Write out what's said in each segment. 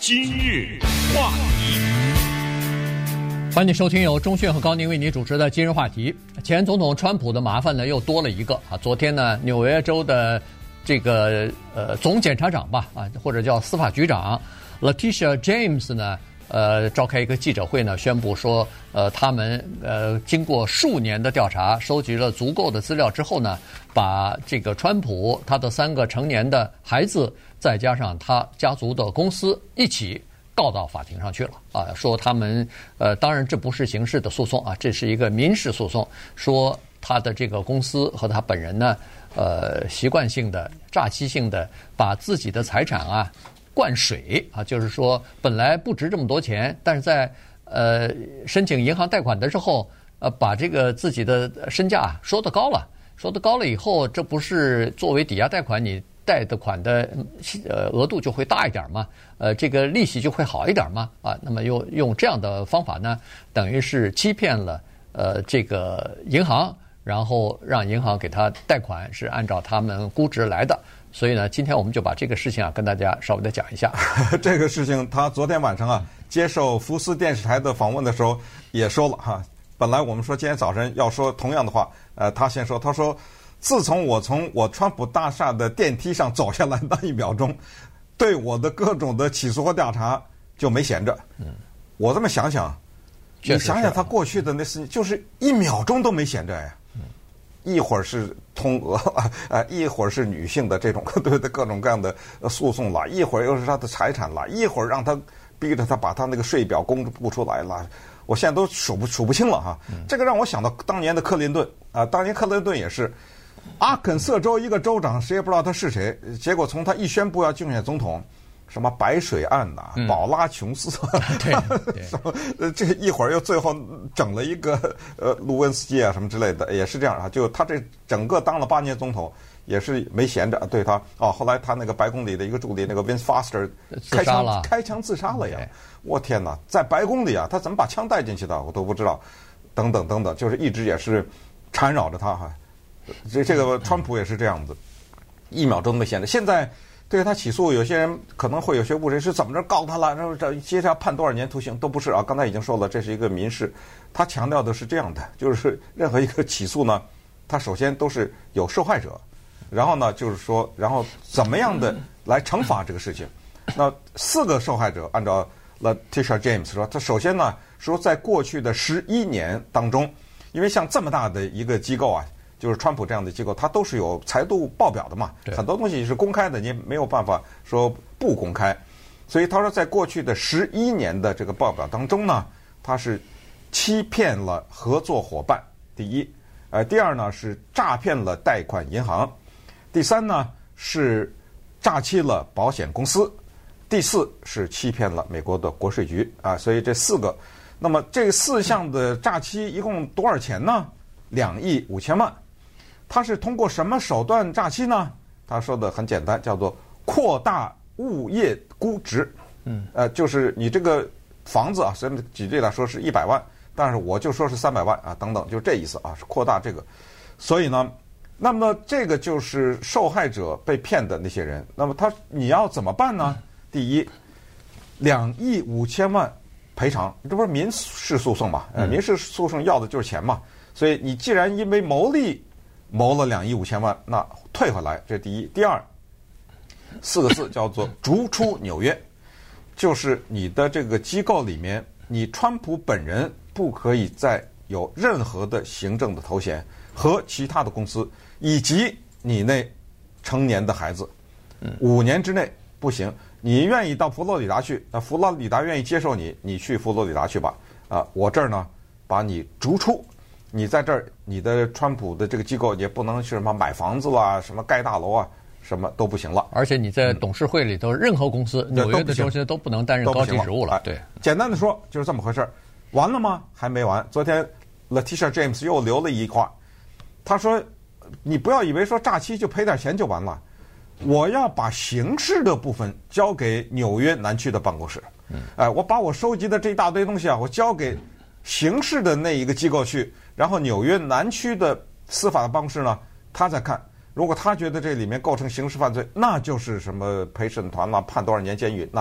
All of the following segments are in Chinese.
今日话题， 欢迎收听由钟迅和高宁为你主持的今日话题。前总统川普的麻烦呢又多了一个啊！昨天呢，纽约州的这个总检察长吧或者叫司法局长 Letitia James 呢召开一个记者会呢，宣布说他们经过数年的调查，收集了足够的资料之后呢，把这个川普他的3个成年的孩子，再加上他家族的公司一起告到法庭上去了啊，说他们当然这不是刑事的诉讼啊，这是一个民事诉讼，说他的这个公司和他本人呢习惯性的诈欺性的把自己的财产啊灌水啊，就是说本来不值这么多钱，但是在申请银行贷款的时候把这个自己的身价说得高了以后，这不是作为抵押贷款你贷的款的额度就会大一点嘛，这个利息就会好一点嘛啊，那么用这样的方法呢，等于是欺骗了这个银行，然后让银行给他贷款是按照他们估值来的。所以呢，今天我们就把这个事情跟大家稍微的讲一下。 这个事情，他昨天晚上接受福斯电视台的访问的时候也说了本来我们说今天早晨要说同样的话，他先说，他说，自从我从川普大厦的电梯上走下来那1秒钟，对我的各种的起诉和调查就没闲着。我这么想想，你想想他过去的那事情，就是1秒钟都没闲着呀。一会儿是通俄一会儿是女性的这种对的各种各样的诉讼了，一会儿又是他的财产了，一会儿让他逼着他把他那个税表公布出来了，我现在都数不清了这个让我想到当年的克林顿当年克林顿也是阿肯色州一个州长，谁也不知道他是谁，结果从他一宣布要竞选总统，什么白水案保拉琼斯对这一会儿又最后整了一个卢温斯基什么之类的，也是这样就他这整个当了8年总统也是没闲着。对他后来他那个白宫里的一个助理那个 Vince Foster 开枪自杀了呀！我天哪，在白宫里他怎么把枪带进去的我都不知道，等等等等，就是一直也是缠绕着他这个川普也是这样子，1秒钟没闲着。现在对他起诉，有些人可能会有些误认，是怎么着告他了，然后接下来判多少年徒刑，都不是刚才已经说了，这是一个民事。他强调的是这样的，就是任何一个起诉呢，他首先都是有受害者，然后呢就是说，然后怎么样的来惩罚这个事情。那4个受害者按照 Letitia James 说，他首先呢说在过去的11年当中，因为像这么大的一个机构就是川普这样的机构，它都是有财务报表的嘛，很多东西是公开的，你没有办法说不公开。所以他说，在过去的11年的这个报表当中呢，他是欺骗了合作伙伴，第一，第二呢是诈骗了贷款银行，第三呢是诈欺了保险公司，第4是欺骗了美国的国税局所以这4个，那么这4项的诈欺一共多少钱呢？2亿5千万。他是通过什么手段诈欺呢？他说的很简单，叫做扩大物业估值。就是你这个房子虽然举例来说是100万，但是我就说是300万等等，就是这意思是扩大这个。所以呢，那么这个就是受害者被骗的那些人。那么你要怎么办呢？第一，2亿5千万赔偿，这不是民事诉讼嘛？民事诉讼要的就是钱嘛。所以你既然因为谋利谋了2亿5千万，那退回来，这是第一。第二，4个字叫做逐出纽约，就是你的这个机构里面，你川普本人不可以再有任何的行政的头衔和其他的公司，以及你那成年的孩子，5年之内不行。你愿意到佛罗里达去，那佛罗里达愿意接受你，你去佛罗里达去吧。我这儿呢，把你逐出。你在这儿，你的川普的这个机构也不能是什么买房子啦，什么盖大楼什么都不行了。 而且你在董事会里头，任何公司，纽约的中心都不能担任高级职务了。对， 简单的说就是这么回事。完了吗？还没完。昨天 Letitia James 又留了一话，他说：“你不要以为说诈欺就赔点钱就完了，我要把刑事的部分交给纽约南区的办公室。我把我收集的这一大堆东西我交给刑事的那一个机构去。”然后纽约南区的司法的办公室呢，他在看，如果他觉得这里面构成刑事犯罪，那就是什么陪审团啦，判多少年监狱，那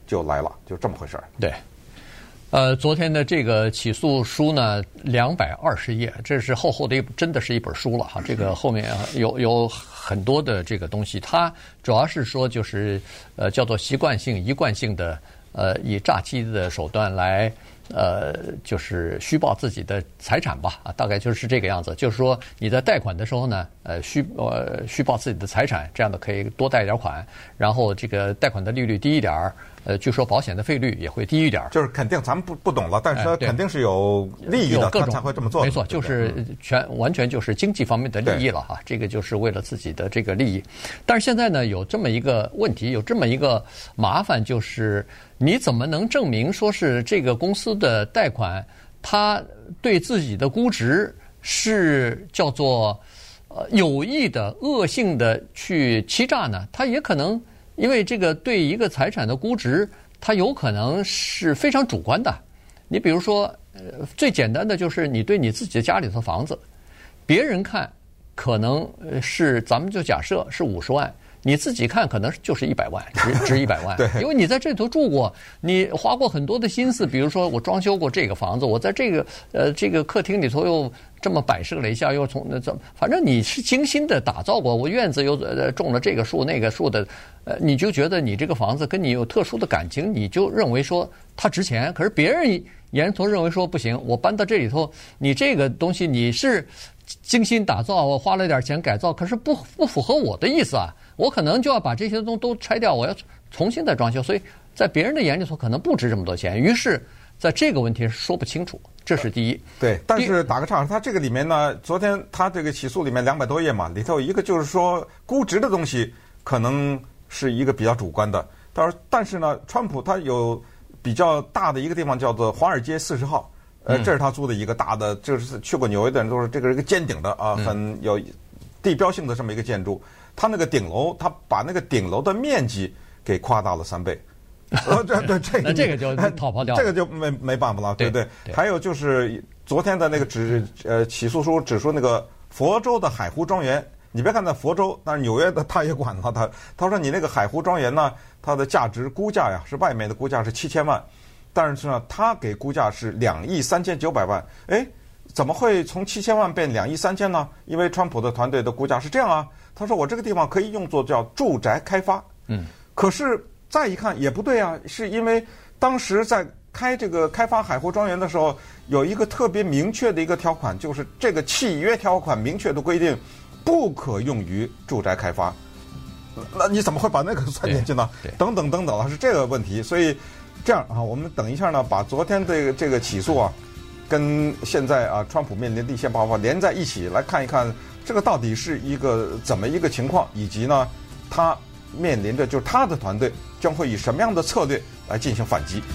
就来了，就这么回事儿。 对。昨天的这个起诉书呢，220页，这是厚厚的真的是一本书了哈。这个后面有很多的这个东西，它主要是说就是叫做习惯性、一贯性的以诈欺的手段来就是虚报自己的财产吧，大概就是这个样子。就是说你在贷款的时候呢，虚报自己的财产，这样的可以多贷一点款，然后这个贷款的利率低一点儿。据说保险的费率也会低一点， 就是肯定咱们不懂了，但是它肯定是有利益的，他才会这么做。 没错，就是完全就是经济方面的利益了哈，这个就是为了自己的这个利益。但是现在呢，有这么一个问题，有这么一个麻烦，就是你怎么能证明说是这个公司的贷款，它对自己的估值是叫做有意的、恶性的去欺诈呢？它也可能。因为这个对一个财产的估值，它有可能是非常主观的。你比如说，最简单的就是你对你自己的家里头房子，别人看可能是咱们就假设是50万，你自己看可能就是100万，值100万。 对， 因为你在这头住过，你花过很多的心思。比如说，我装修过这个房子，我在这个客厅里头又这么摆设了一下，又反正你是精心的打造过。我院子又种了这个树那个树的，你就觉得你这个房子跟你有特殊的感情，你就认为说它值钱。可是别人眼头认为说不行，我搬到这里头，你这个东西你是精心打造，我花了点钱改造，可是不符合我的意思啊。我可能就要把这些东西都拆掉，我要重新再装修，所以在别人的眼里头可能不值这么多钱，于是在这个问题说不清楚，这是第一。 对，但是打个岔，他这个里面呢，昨天他这个起诉里面200多页嘛，里头有一个就是说估值的东西可能是一个比较主观的，但是呢，川普他有比较大的一个地方叫做华尔街40号，这是他租的一个大的，就是去过纽约的人都是这个一个尖顶的啊，很有地标性的这么一个建筑。他那个顶楼，他把那个顶楼的面积给夸大了3倍。 这个就逃跑掉了， 这个就没办法了，对不对？还有就是昨天的那个起诉书指出那个佛州的海湖庄园，你别看在佛州，但是纽约的他也管了他说你那个海湖庄园呢，它的价值估价呀是外面的估价是7000万，但是呢他给估价是2亿3900万，哎，怎么会从7000万变2亿3000呢？因为川普的团队的估价是这样啊，他说我这个地方可以用作叫住宅开发，可是再一看也不对啊，是因为当时在开发海湖庄园的时候，有一个特别明确的一个条款，就是这个契约条款明确的规定，不可用于住宅开发。那你怎么会把那个算进去呢？等等等等啊，是这个问题。所以这样啊，我们等一下呢，把昨天这个起诉啊，跟现在啊川普面临的一些爆发连在一起来看一看，这个到底是一个怎么一个情况，以及呢他面临着就是他的团队将会以什么样的策略来进行反击。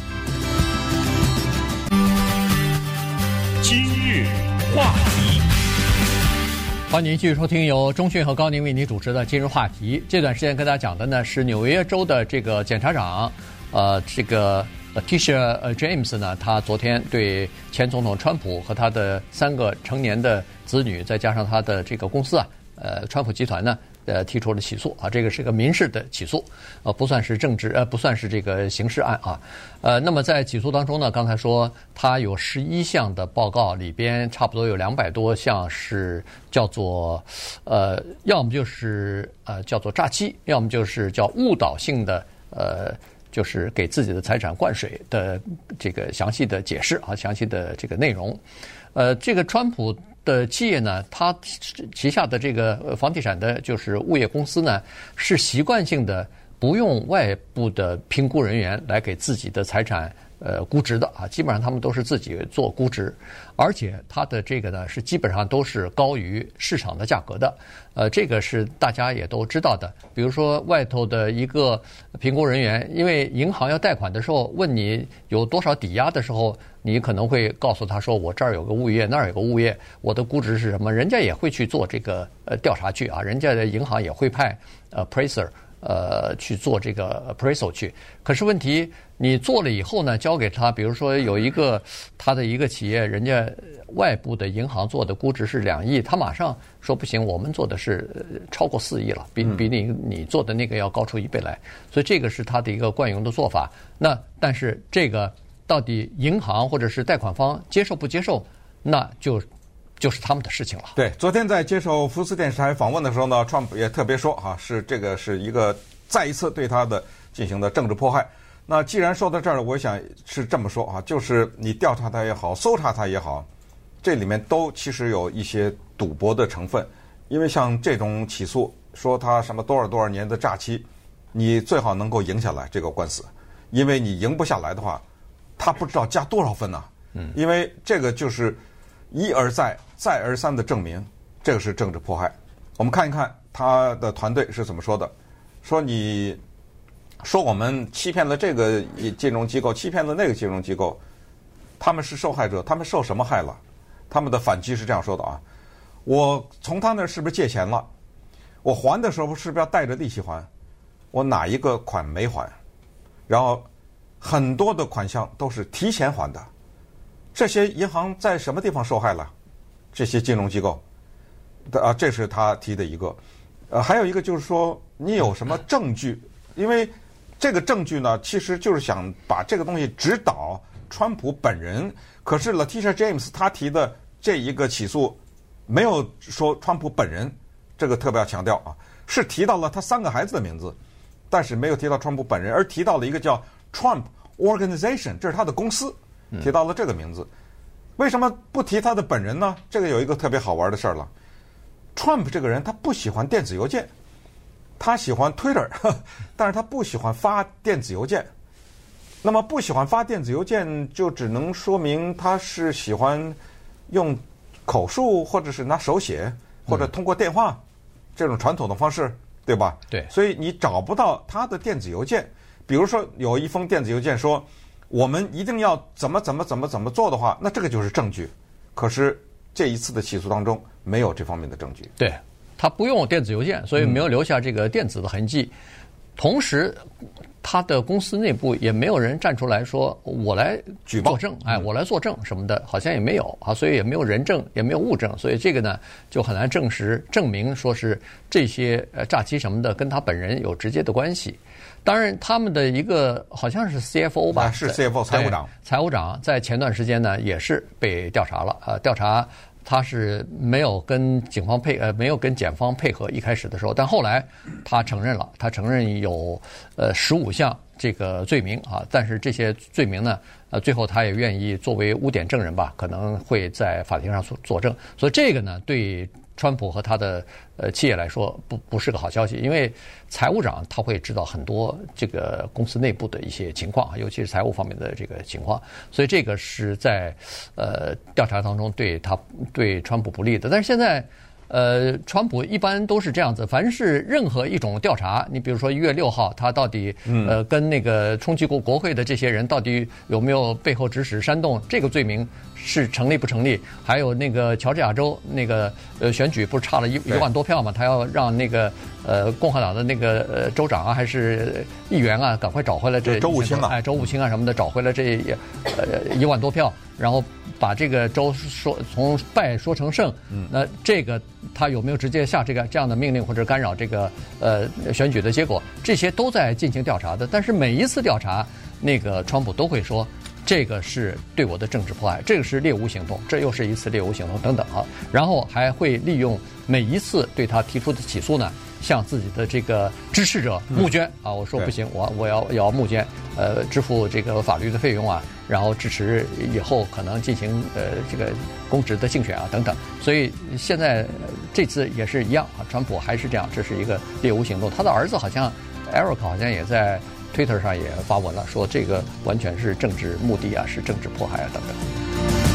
今日话题， 欢迎您继续收听由钟迅和高宁为您主持的今日话题。这段时间跟大家讲的呢是纽约州的这个检察长，这个 Letitia James 呢，他昨天对前总统川普和他的3个成年的子女，再加上他的这个公司啊，川普集团呢，提出了起诉啊，这个是个民事的起诉，不算是不算是这个刑事案啊。那么在起诉当中呢，刚才说他有11项的报告，里边差不多有200多项是叫做要么就是叫做诈欺，要么就是叫误导性的就是给自己的财产灌水的这个详细的解释啊，详细的这个内容。这个川普的企业呢，他旗下的这个房地产的就是物业公司呢，是习惯性的不用外部的评估人员来给自己的财产估值的啊，基本上他们都是自己做估值，而且它的这个呢是基本上都是高于市场的价格的，这个是大家也都知道的。比如说外头的一个评估人员，因为银行要贷款的时候问你有多少抵押的时候，你可能会告诉他说我这儿有个物业，那儿有个物业，我的估值是什么，人家也会去做这个调查去啊，人家的银行也会派appraiser 去做这个 appraisal 去。可是问题你做了以后呢，交给他，比如说有一个他的一个企业，人家外部的银行做的估值是2亿，他马上说不行，我们做的是超过4亿了，比你做的那个要高出1倍来。所以这个是他的一个惯用的做法。那但是这个到底银行或者是贷款方接受不接受，那就是他们的事情了。 对，昨天在接受福斯电视台访问的时候呢，川普也特别说这个是一个再一次对他的进行的政治迫害。那既然说到这儿了，我想是这么说就是你调查他也好，搜查他也好，这里面都其实有一些赌博的成分。因为像这种起诉，说他什么多少年的诈欺，你最好能够赢下来这个官司，因为你赢不下来的话，他不知道加多少分呢。因为这个就是一而再再而三的证明这个是政治迫害。我们看一看他的团队是怎么说的，说你说我们欺骗了这个金融机构，欺骗了那个金融机构，他们是受害者，他们受什么害了？他们的反击是这样说的我从他那儿是不是借钱了？我还的时候是不是要带着利息还？我哪一个款没还？然后很多的款项都是提前还的。这些银行在什么地方受害了？这些金融机构这是他提的一个。还有一个就是说，你有什么证据？因为这个证据呢，其实就是想把这个东西指导川普本人。可是 Letitia James 他提的这一个起诉没有说川普本人，这个特别要强调是提到了他3个孩子的名字，但是没有提到川普本人，而提到了一个叫 Trump Organization， 这是他的公司，提到了这个名字。为什么不提他的本人呢？这个有一个特别好玩的事儿了。Trump 这个人他不喜欢电子邮件，他喜欢 Twitter， 但是他不喜欢发电子邮件。那么不喜欢发电子邮件，就只能说明他是喜欢用口述，或者是拿手写，或者通过电话这种传统的方式，对吧？ 对。 所以你找不到他的电子邮件。比如说有一封电子邮件说我们一定要怎么做的话，那这个就是证据。可是这一次的起诉当中没有这方面的证据。 对，他不用电子邮件，所以没有留下这个电子的痕迹。同时他的公司内部也没有人站出来说我来举报作证，我来作证什么的，好像也没有所以也没有人证，也没有物证，所以这个呢就很难证明说是这些诈欺什么的跟他本人有直接的关系。当然他们的一个好像是 CFO 吧， 是 CFO 财务长在前段时间呢也是被调查了调查他是没有跟没有跟检方配合一开始的时候，但后来他承认了，他承认有15项这个罪名但是这些罪名呢最后他也愿意作为污点证人吧，可能会在法庭上作证。所以这个呢对川普和他的企业来说不是个好消息，因为财务长他会知道很多这个公司内部的一些情况，尤其是财务方面的这个情况，所以这个是在调查当中对川普不利的。但是现在川普一般都是这样子，凡是任何一种调查，你比如说1月6号他到底跟那个冲击国会的这些人到底有没有背后指使煽动，这个罪名是成立不成立？还有那个乔治亚州那个选举不是差了1万多票嘛，他要让那个共和党的那个州长还是议员赶快找回来这州务卿州务卿什么的，找回来这1万多票，然后把这个州从败说成胜。那这个他有没有直接下这样的命令或者干扰这个选举的结果，这些都在进行调查的。但是每一次调查，那个川普都会说这个是对我的政治迫害，这个是猎巫行动，这又是一次猎巫行动等等然后还会利用每一次对他提出的起诉呢，向自己的这个支持者募捐我说不行，我要募捐，支付这个法律的费用然后支持以后可能进行这个公职的竞选等等。所以现在这次也是一样川普还是这样，这是一个猎巫行动。他的儿子好像 Eric 好像也在Twitter 上也发文了，说这个完全是政治目的是政治迫害等等。